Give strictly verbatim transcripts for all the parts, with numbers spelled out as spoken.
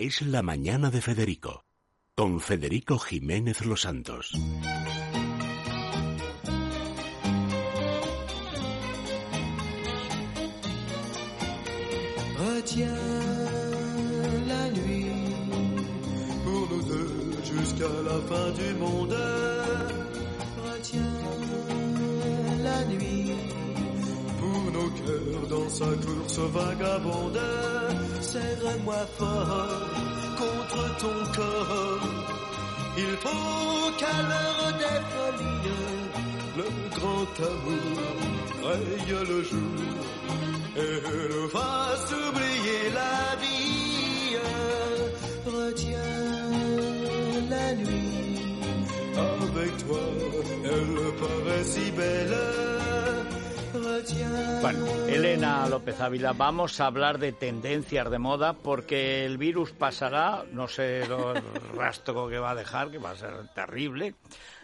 es La mañana de Federico, con Federico Jiménez Los Santos. Retiens la nuit pour nous deux jusqu'à la fin du monde. Retiens la nuit pour nos cœurs dans sa course vagabonde. Serre-moi fort contre ton corps. Il faut qu'à l'heure des folies le grand amour raye le jour et nous fasse oublier la vie. Retiens la nuit avec toi, elle paraît si belle. Bueno, Elena López Ávila, vamos a hablar de tendencias de moda porque el virus pasará, no sé el rastro que va a dejar, que va a ser terrible,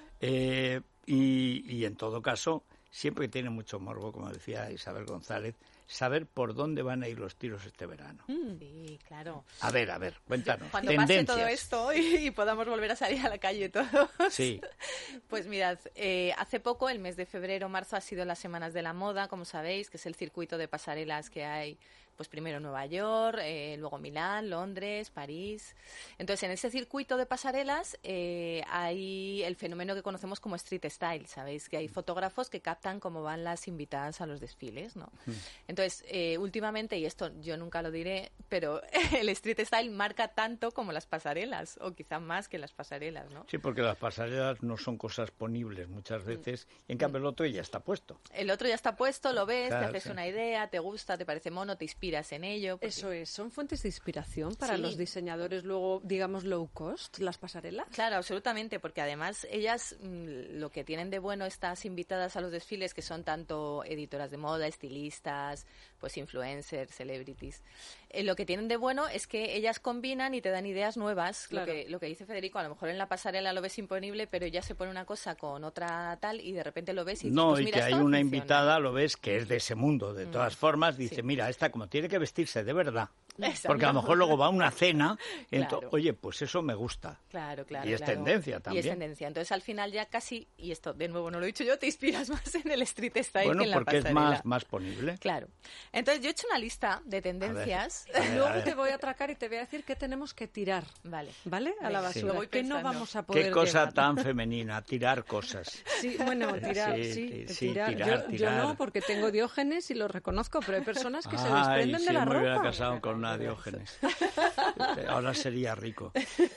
eh, y, y en todo caso, siempre tiene mucho morbo, como decía Isabel González, saber por dónde van a ir los tiros este verano. Sí, claro. A ver, a ver, cuéntanos. Cuando tendencias. pase todo esto y, y podamos volver a salir a la calle todos. Sí. Pues mirad, eh, hace poco, el mes de febrero, marzo, ha sido las Semanas de la Moda, como sabéis, que es el circuito de pasarelas que hay, pues primero Nueva York, eh, luego Milán, Londres, París. Entonces, en ese circuito de pasarelas eh, hay el fenómeno que conocemos como street style, ¿sabéis? Que hay fotógrafos que captan cómo van las invitadas a los desfiles, ¿no? Mm. Entonces, eh, últimamente, y esto yo nunca lo diré, pero el street style marca tanto como las pasarelas, o quizá más que las pasarelas, ¿no? Sí, porque las pasarelas no son cosas ponibles muchas veces, y en cambio el otro ya está puesto. El otro ya está puesto, lo ves, claro, te haces sí. una idea, te gusta, te parece mono, te inspira en ello. Porque... Eso es, son fuentes de inspiración para sí. los diseñadores luego, digamos, low cost, las pasarelas. Claro, absolutamente, porque además ellas mmm, lo que tienen de bueno estas invitadas a los desfiles, que son tanto editoras de moda, estilistas, pues influencers, celebrities, eh, lo que tienen de bueno es que ellas combinan y te dan ideas nuevas. Claro. Lo que, lo que dice Federico, a lo mejor en la pasarela lo ves imponible, pero ya se pone una cosa con otra tal y de repente lo ves y dices, no, pues y mira, que hay esto una funciona. invitada, lo ves, que es de ese mundo, de todas mm. formas, dice, sí. mira, esta como tiene que vestirse de verdad, Exacto. porque a lo mejor luego va a una cena, y claro. entonces, oye, pues eso me gusta. Claro, claro. Y es claro. tendencia también. Y es tendencia. Entonces, al final ya casi, y esto de nuevo no lo he dicho yo, te inspiras más en el street style bueno, que en la porque pasarela. es más, más ponible. Claro. Entonces, yo he hecho una lista de tendencias. A ver, a ver, Luego a ver. te voy a atracar y te voy a decir qué tenemos que tirar. Vale. ¿Vale? A la basura. Sí. Que no vamos a poder Qué cosa llevar. tan femenina, tirar cosas. Sí, bueno, tirar, sí, sí, sí, sí, tirar. tirar, Yo, tirar. yo no, porque tengo Diógenes y lo reconozco, pero hay personas que se Ay, desprenden sí, de la me ropa. hubiera casado con una Diógenes. Ahora sería rico.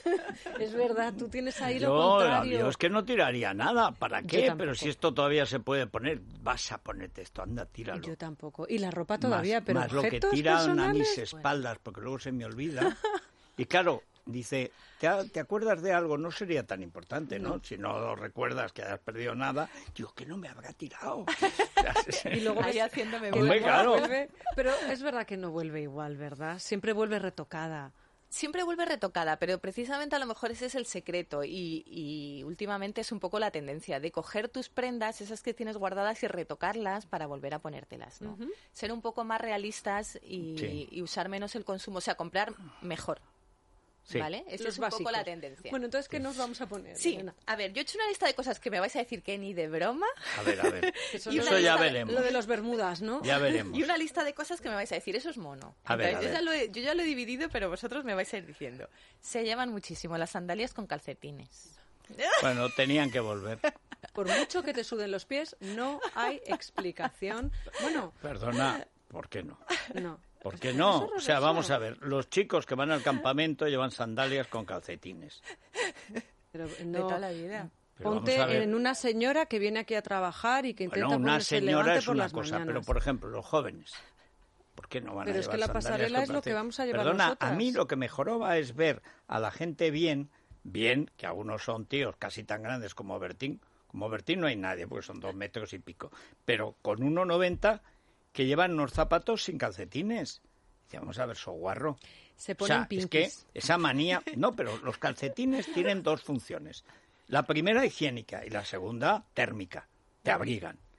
Es verdad, tú tienes ahí lo Yo, contrario. yo es que no tiraría nada. ¿Para Yo qué? tampoco. Pero si esto todavía se puede poner, vas a ponerte esto, anda, tíralo. Yo tampoco. Y la ropa todavía, más, pero más lo que objetos tiran a personales, mis espaldas, porque luego se me olvida. Y claro, dice, ¿te, ¿te acuerdas de algo? No sería tan importante, ¿no? No. Si no recuerdas que hayas perdido nada, digo, que no me habrá tirado. Y luego Ahí ves haciéndome que Hombre, luego claro. vuelve- pero es verdad que no vuelve igual, ¿verdad? Siempre vuelve retocada. Siempre vuelve retocada, pero precisamente a lo mejor ese es el secreto y, y últimamente es un poco la tendencia de coger tus prendas, esas que tienes guardadas, y retocarlas para volver a ponértelas, ¿no? Uh-huh. Ser un poco más realistas y, sí. y usar menos el consumo, o sea, comprar mejor. Sí. ¿Vale? Esa Los es un básicos. poco la tendencia. Bueno, entonces, ¿qué nos vamos a poner? Sí, Elena? a ver, yo he hecho una lista de cosas que me vais a decir que ni de broma. A ver, a ver. Eso Y Eso una ya lista de- veremos. Lo de los bermudas, ¿no? Ya veremos. Y una lista de cosas que me vais a decir, eso es mono. A ver, Entonces, a yo, ver. Ya lo he, yo ya lo he dividido, pero vosotros me vais a ir diciendo. Se llevan muchísimo las sandalias con calcetines. Bueno, tenían que volver. Por mucho que te suden los pies, no hay explicación. Bueno, Perdona, ¿por qué no? no. ¿Por qué no? Eso O sea, reverso. vamos a ver, los chicos que van al campamento llevan sandalias con calcetines. Pero De no. toda la vida. Pero Ponte vamos a ver. en una señora que viene aquí a trabajar y que intenta Bueno, una ponerse señora elegante es por una las cosa, mañanas. pero por ejemplo, los jóvenes, ¿por qué no van Pero a es que llevar la sandalias pasarela con es lo que calcetines? vamos a llevar Perdona, nosotras. a mí lo que me joroba es ver a la gente bien, bien, que algunos son tíos casi tan grandes como Bertín. Como Bertín no hay nadie, porque son dos metros y pico. Pero con uno noventa que llevan unos zapatos sin calcetines. Dice, vamos a ver, soguarro. Se O ponen sea, es que pinkies. esa manía... No, pero los calcetines tienen dos funciones. La primera, higiénica, y la segunda, térmica. Te abrigan.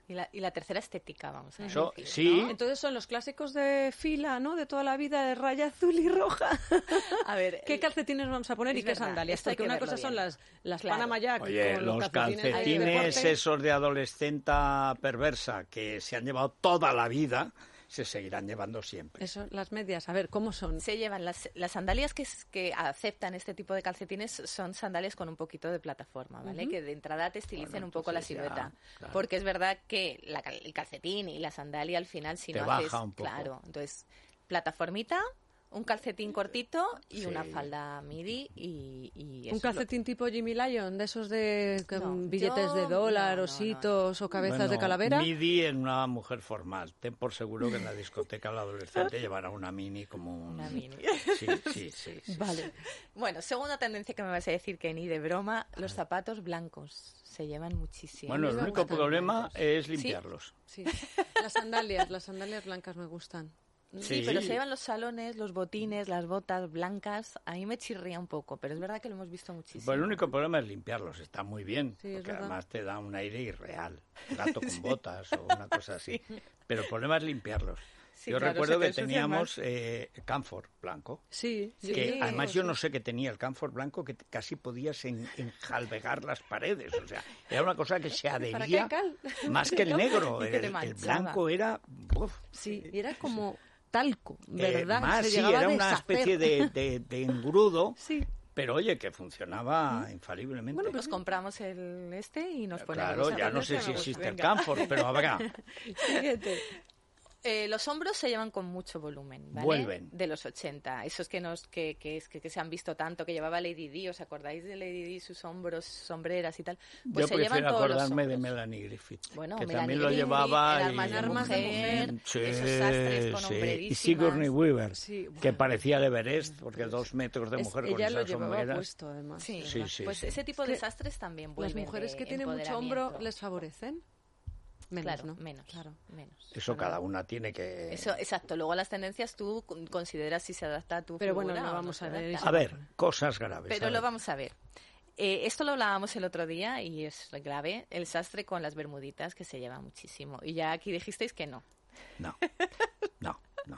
Y la, y la tercera estética, vamos a decir. So- ¿no? sí. Entonces son los clásicos de fila, ¿no? De toda la vida, de raya azul y roja. A ver, ¿Qué calcetines vamos a poner es y qué verdad, sandalias? esto hay Porque que una verlo cosa son bien. las, las Claro. Panama Jack Oye, con los los calcetines de calcetines deporte. esos de adolescenta perversa que se han llevado toda la vida, se seguirán llevando siempre. Eso, las medias, a ver, ¿cómo son? se llevan las, las sandalias que, es- que aceptan este tipo de calcetines son sandalias con un poquito de plataforma, ¿vale? Que de entrada te estilicen Bueno, un poco la entonces ya, silueta. claro. Porque es verdad que la cal- el calcetín y la sandalia al final si Te no baja haces... un poco. Claro, entonces plataformita, un calcetín cortito y Sí. una falda midi y, y eso ¿Un es lo- calcetín tipo Jimmy Lyon, de esos de con No, billetes yo- de dólar, no, no, ositos o cabezas de Bueno, calavera? Midi en una mujer formal. Ten por seguro que en la discoteca el adolescente llevará una mini como un... Una mini. Sí, sí, sí. sí. Vale. Bueno, segunda tendencia que me vas a decir que ni de broma, los zapatos blancos se llevan muchísimo. Bueno, el me único gustan problema blancos. es limpiarlos. Sí. Las sandalias, las sandalias blancas me gustan. Sí, Sí. pero se llevan los salones, los botines, las botas blancas. A mí me chirría un poco, pero es verdad que lo hemos visto muchísimo. Pues el único problema es limpiarlos, está muy bien, Sí, es porque verdad. además te da un aire irreal, gato con botas o una cosa así. Pero el problema es limpiarlos. Sí, yo claro, recuerdo se te que ensucia teníamos eh, camphor blanco, Sí, sí. que Sí, además pues yo sí. no sé qué tenía el camphor blanco, que t- casi podías en- enjalbegar las paredes, o sea, era una cosa que se ¿Para qué adhería cal? más que el negro, Y que te el, el manchaba. blanco era... uf, Sí, y era como talco, eh, ¿verdad? más, Se sí, llegaba a era una deshacer. especie de, de- de engrudo, Sí. pero oye, que funcionaba infaliblemente. Bueno, pues compramos el este y nos ponemos Claro, los ya no sé zapatos si y vamos, existe el venga. camphor, pero habrá. Siguiente. Eh, los hombros se llevan con mucho volumen, ¿vale? Vuelven. De los ochenta. Esos que nos que, que, es- que, que se han visto tanto, que llevaba Lady Di. ¿Os acordáis de Lady Di? Sus hombros, sombreras y tal. Pues Yo se llevan prefiero todos los acordarme de hombros. Melanie Griffith, Bueno, que Melanie también lo Griffith, llevaba el y, armas de Armas de mujer, mujer. Sí, esos sastres con sí. hombrerísimas. Y Sigourney Weaver, Sí, que bueno. parecía el Everest, porque dos metros de Es- mujer con ella lo esas llevaba sombreras. puesto, además. Sí, Sí, ¿verdad? sí, pues sí. ese tipo Es de que sastres también Las vuelven mujeres de que tienen mucho hombro empoderamiento. les favorecen. Menos, Claro, ¿no? menos, Claro. menos. Eso cada una tiene que... Eso, exacto. Luego las tendencias tú con- consideras si se adapta a tu Pero bueno, figura no o vamos se a ver adapta. eso. A ver, cosas graves. Pero a lo ver. vamos a ver. Eh, esto lo hablábamos el otro día y es grave, el sastre con las bermuditas que se lleva muchísimo. Y ya aquí dijisteis que no. No, no, no.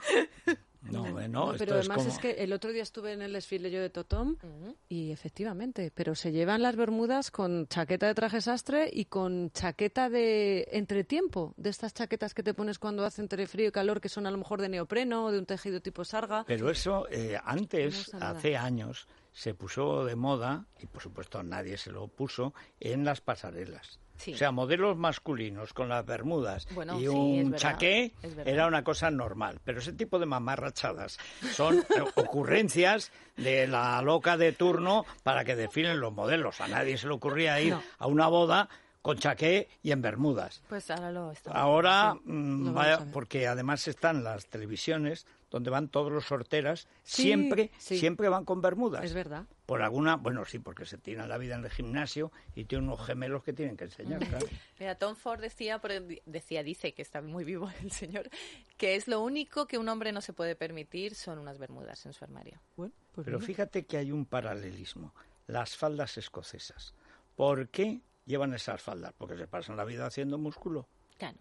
No, eh, no, No, esto pero es además como... es que el otro día estuve en el desfile yo de Totom Ujú. y efectivamente, pero se llevan las bermudas con chaqueta de traje sastre y con chaqueta de entretiempo, de estas chaquetas que te pones cuando hace entre frío y calor, que son a lo mejor de neopreno o de un tejido tipo sarga. Pero eso eh, No me antes, gusta nada. hace años, se puso de moda, y por supuesto nadie se lo puso, en las pasarelas. Sí. O sea, modelos masculinos con las bermudas Bueno, y sí, es un verdad, chaqué es verdad. era una cosa normal. Pero ese tipo de mamarrachadas son eh, ocurrencias de la loca de turno para que desfilen los modelos. A nadie se le ocurría ir No. a una boda con chaqué y en bermudas. Pues ahora lo estamos. Ahora, Sí, mm, lo vaya- vamos a ver. porque además están las televisiones donde van todos los sorteras, Sí, siempre, sí. siempre van con bermudas. Es verdad. Por alguna, bueno, sí, porque se tiran la vida en el gimnasio y tienen unos gemelos que tienen que enseñar, claro. Mira, Tom Ford decía, por- decía, dice que está muy vivo el señor, que es lo único que un hombre no se puede permitir son unas bermudas en su armario. Bueno, pues Pero mira. fíjate que hay un paralelismo. Las faldas escocesas. ¿Por qué llevan esas faldas? Porque se pasan la vida haciendo músculo. Claro.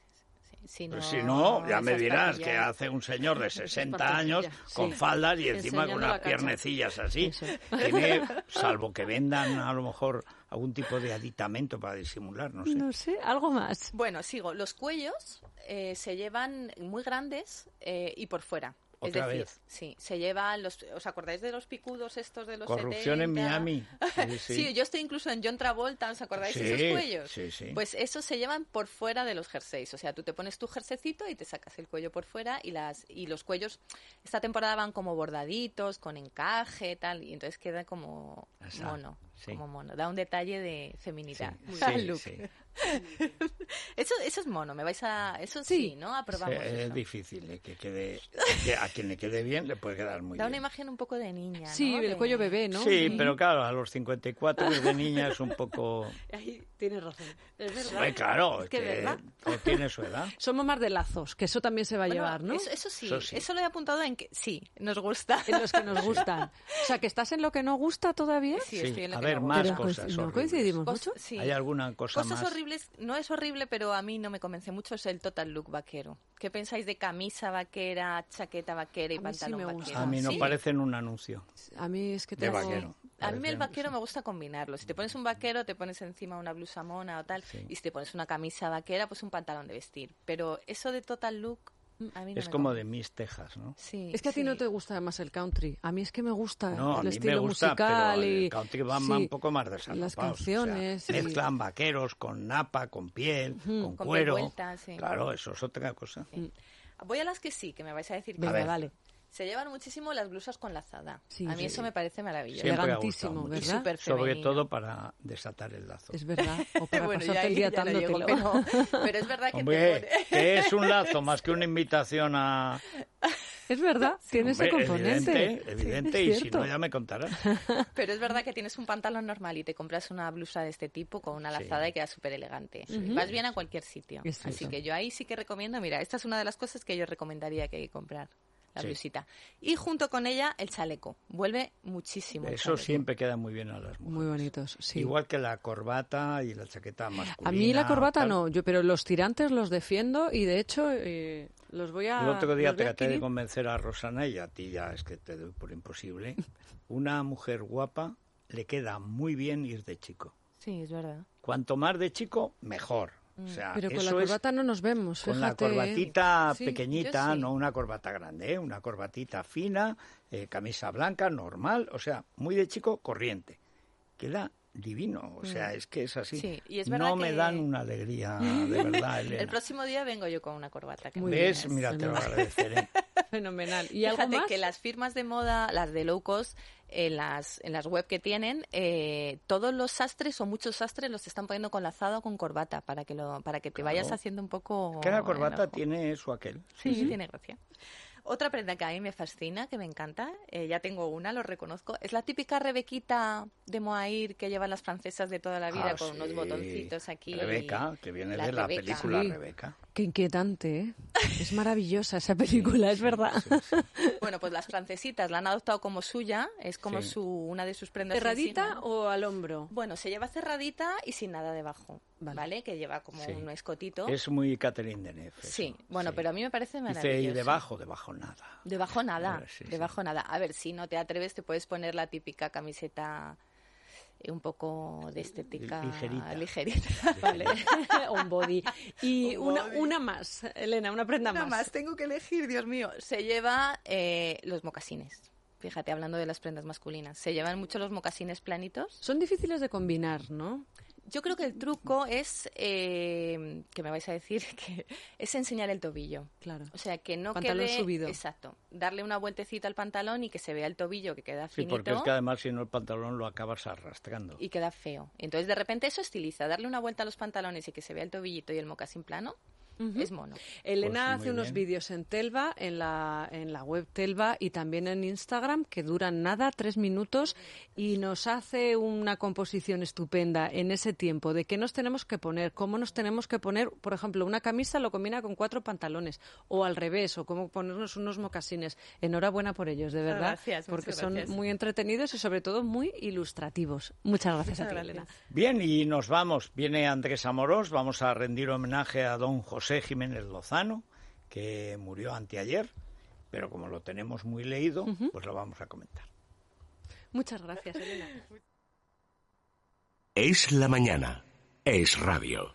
Sí, si Pues no, si no, ya me esas dirás que patillas- hace un señor de sesenta Pantorrilla, años con sí. faldas y encima Enseñando con la unas cacha. piernecillas así. Eso. Tiene, salvo que vendan a lo mejor algún tipo de aditamento para disimular, no sé. No sé, algo más. Bueno, sigo. Los cuellos eh, se llevan muy grandes eh, y por fuera. Otra es decir, vez. sí, se llevan los... ¿Os acordáis de los picudos estos de los Corrupción en setenta? Miami. Sí, sí. Sí, yo estoy incluso en John Travolta, ¿os acordáis de Sí, esos cuellos? sí, sí. Pues esos se llevan por fuera de los jerseys, o sea, tú te pones tu jerseycito y te sacas el cuello por fuera y las y los cuellos esta temporada van como bordaditos, con encaje, tal, y entonces queda como Esa, mono, sí. como mono, da un detalle de feminidad Sí, al sí, look. sí. Eso eso es mono, me vais a eso Sí. sí, ¿no? Aprobamos Sí, es eso. difícil eh, que quede, que a quien le quede bien le puede quedar muy Da una bien. imagen un poco de niña, Sí, ¿no? el De- cuello bebé, ¿no? Sí, pero claro, a los cincuenta y cuatro desde niña es un poco... Ahí tienes razón. Es verdad. Hombre, claro, Es que, que ¿verdad? todo tiene su edad. Somos más de lazos, que eso también se va a Bueno, llevar, ¿no? Eso, eso sí, Eso eso, sí. lo he apuntado en que sí, nos gusta. En los que nos gustan. O sea, que estás en lo que no gusta todavía. Sí, Sí, estoy en lo a que ver, me más gusta. Pero cosas coinc- no horribles. coincidimos Cos- mucho. sí. ¿Hay alguna cosa Cosas más? horribles horrible, no es horrible, pero a mí no me convence mucho, es el total look vaquero. ¿Qué pensáis de camisa vaquera, chaqueta vaquera y A mí sí pantalón me vaquero? gusta. A mí no ¿Sí? parece en un anuncio A mí es que de tengo... vaquero. A mí el Parece- vaquero me gusta combinarlo. Si te pones un vaquero, te pones encima una blusa mona o tal. Sí. Y si te pones una camisa vaquera, pues un pantalón de vestir. Pero eso de total look, a mí no Es me como convence. de Miss Texas, ¿no? Sí, Es que a ti sí. no te gusta más el country. A mí es que me gusta No, a el mí estilo me gusta, musical pero y el country va sí, más- un poco más desarrollado. las canciones y- mezclan vaqueros con napa, con piel, con Con cuero. piel vuelta, sí. Claro, eso es otra cosa. Voy a las que sí, que me vais a decir que Venga, ver. dale. se llevan muchísimo las blusas con lazada. Sí, a mí sí. eso me parece maravilloso. Siempre ha Elegantísimo, gustado mucho. Y ¿verdad? súper Sobre femenino. todo para desatar el lazo. Es verdad. O para Bueno, pasarte ya el ahí día ya no llego, atándotelo. pero, pero es verdad que Hombre, te pone... que es un lazo más que una invitación a... Es verdad, tiene ese Hombre, componente. Evidente, evidente Sí, y es si cierto. no ya me contarás. Pero es verdad que tienes un pantalón normal y te compras una blusa de este tipo con una Sí. lazada y queda súper elegante. Vas bien a cualquier sitio. Es Así cierto. que yo ahí sí que recomiendo, mira, esta es una de las cosas que yo recomendaría que hay que comprar, la Sí. blusita. Y junto con ella el chaleco. Vuelve muchísimo. el Eso chaleco. siempre queda muy bien a las mujeres. Muy bonitos, sí. Igual que la corbata y la chaqueta masculina. A mí la corbata tal. no, yo pero los tirantes los defiendo y de hecho eh, los voy a El otro día los voy a traté de adquirir. convencer a Rosana y a ti ya es que te doy por imposible. Una mujer guapa le queda muy bien ir de chico. Sí, es verdad. Cuanto más de chico, mejor. O sea, Pero con la eso es corbata no nos vemos, con la fíjate. ¿eh? corbatita Sí, pequeñita, yo sí. no una corbata grande, ¿eh? Una corbatita fina, eh, camisa blanca, normal, o sea, muy de chico, corriente. Queda divino, o sea, es que es así. Sí, y es verdad no me que- dan una alegría, de verdad, Elena. El próximo día vengo yo con una corbata. Que Muy me ¿Ves? vienes. Mira, te lo agradeceré. Fenomenal. ¿Y algo Fíjate más? que las firmas de moda, las de low cost, en las, en las web que tienen, eh, todos los sastres o muchos sastres los están poniendo con lazada o con corbata para que lo, para que te Claro. vayas haciendo un poco... Que la el corbata ojo. tiene eso aquel. Sí, tiene gracia. Otra prenda que a mí me fascina, que me encanta, eh, ya tengo una, lo reconozco, es la típica rebequita de mohair que llevan las francesas de toda la vida Ah, con sí. unos botoncitos aquí. Rebeca, que viene La de la Rebeca. película Sí. Rebeca. Qué inquietante, ¿eh? Es maravillosa esa película, es verdad. Bueno, pues las francesitas la han adoptado como suya, es como Sí. su una de sus prendas ¿Cerradita insignia. o al hombro? Bueno, se lleva cerradita y sin nada debajo, Vale. ¿vale? Que lleva como Sí. un escotito. Es muy Catherine Deneuve. eso, Sí, bueno, sí. pero a mí me parece maravilloso. Dice, y debajo, debajo nada. Debajo nada, Eh, sí, sí. debajo nada. A ver, si no te atreves te puedes poner la típica camiseta eh, un poco de estética Ligerita. ligerita. Vale. Un body. Y Un una, body. una más, Elena, una prenda Nada más. más, tengo que elegir, Dios mío. Se lleva eh, los mocasines. Fíjate, hablando de las prendas masculinas. Se llevan mucho los mocasines planitos. Son difíciles de combinar, ¿no? Yo creo que el truco es, eh, que me vais a decir, que es enseñar el tobillo. Claro. O sea, que no Pantalón quede... subido. Exacto. Darle una vueltecita al pantalón y que se vea el tobillo, que queda Sí, finito porque es que además si no el pantalón lo acabas arrastrando. y queda feo. Entonces, de repente eso estiliza. Darle una vuelta a los pantalones y que se vea el tobillito y el mocasín plano, es mono. Elena Pues hace muy unos bien. vídeos en Telva, en la, en la web Telva y también en Instagram que duran nada, tres minutos y nos hace una composición estupenda en ese tiempo de qué nos tenemos que poner, cómo nos tenemos que poner, por ejemplo, una camisa lo combina con cuatro pantalones o al revés, o cómo ponernos unos mocasines. Enhorabuena por ellos, de verdad, Gracias, porque muchas son gracias. muy entretenidos y sobre todo muy ilustrativos. Muchas gracias a ti, gracias. Elena. Bien, y nos vamos. Viene Andrés Amorós. Vamos a rendir homenaje a don José Jiménez Lozano, que murió anteayer, pero como lo tenemos muy leído, pues lo vamos a comentar. Muchas gracias, Elena. Es la mañana. Es radio.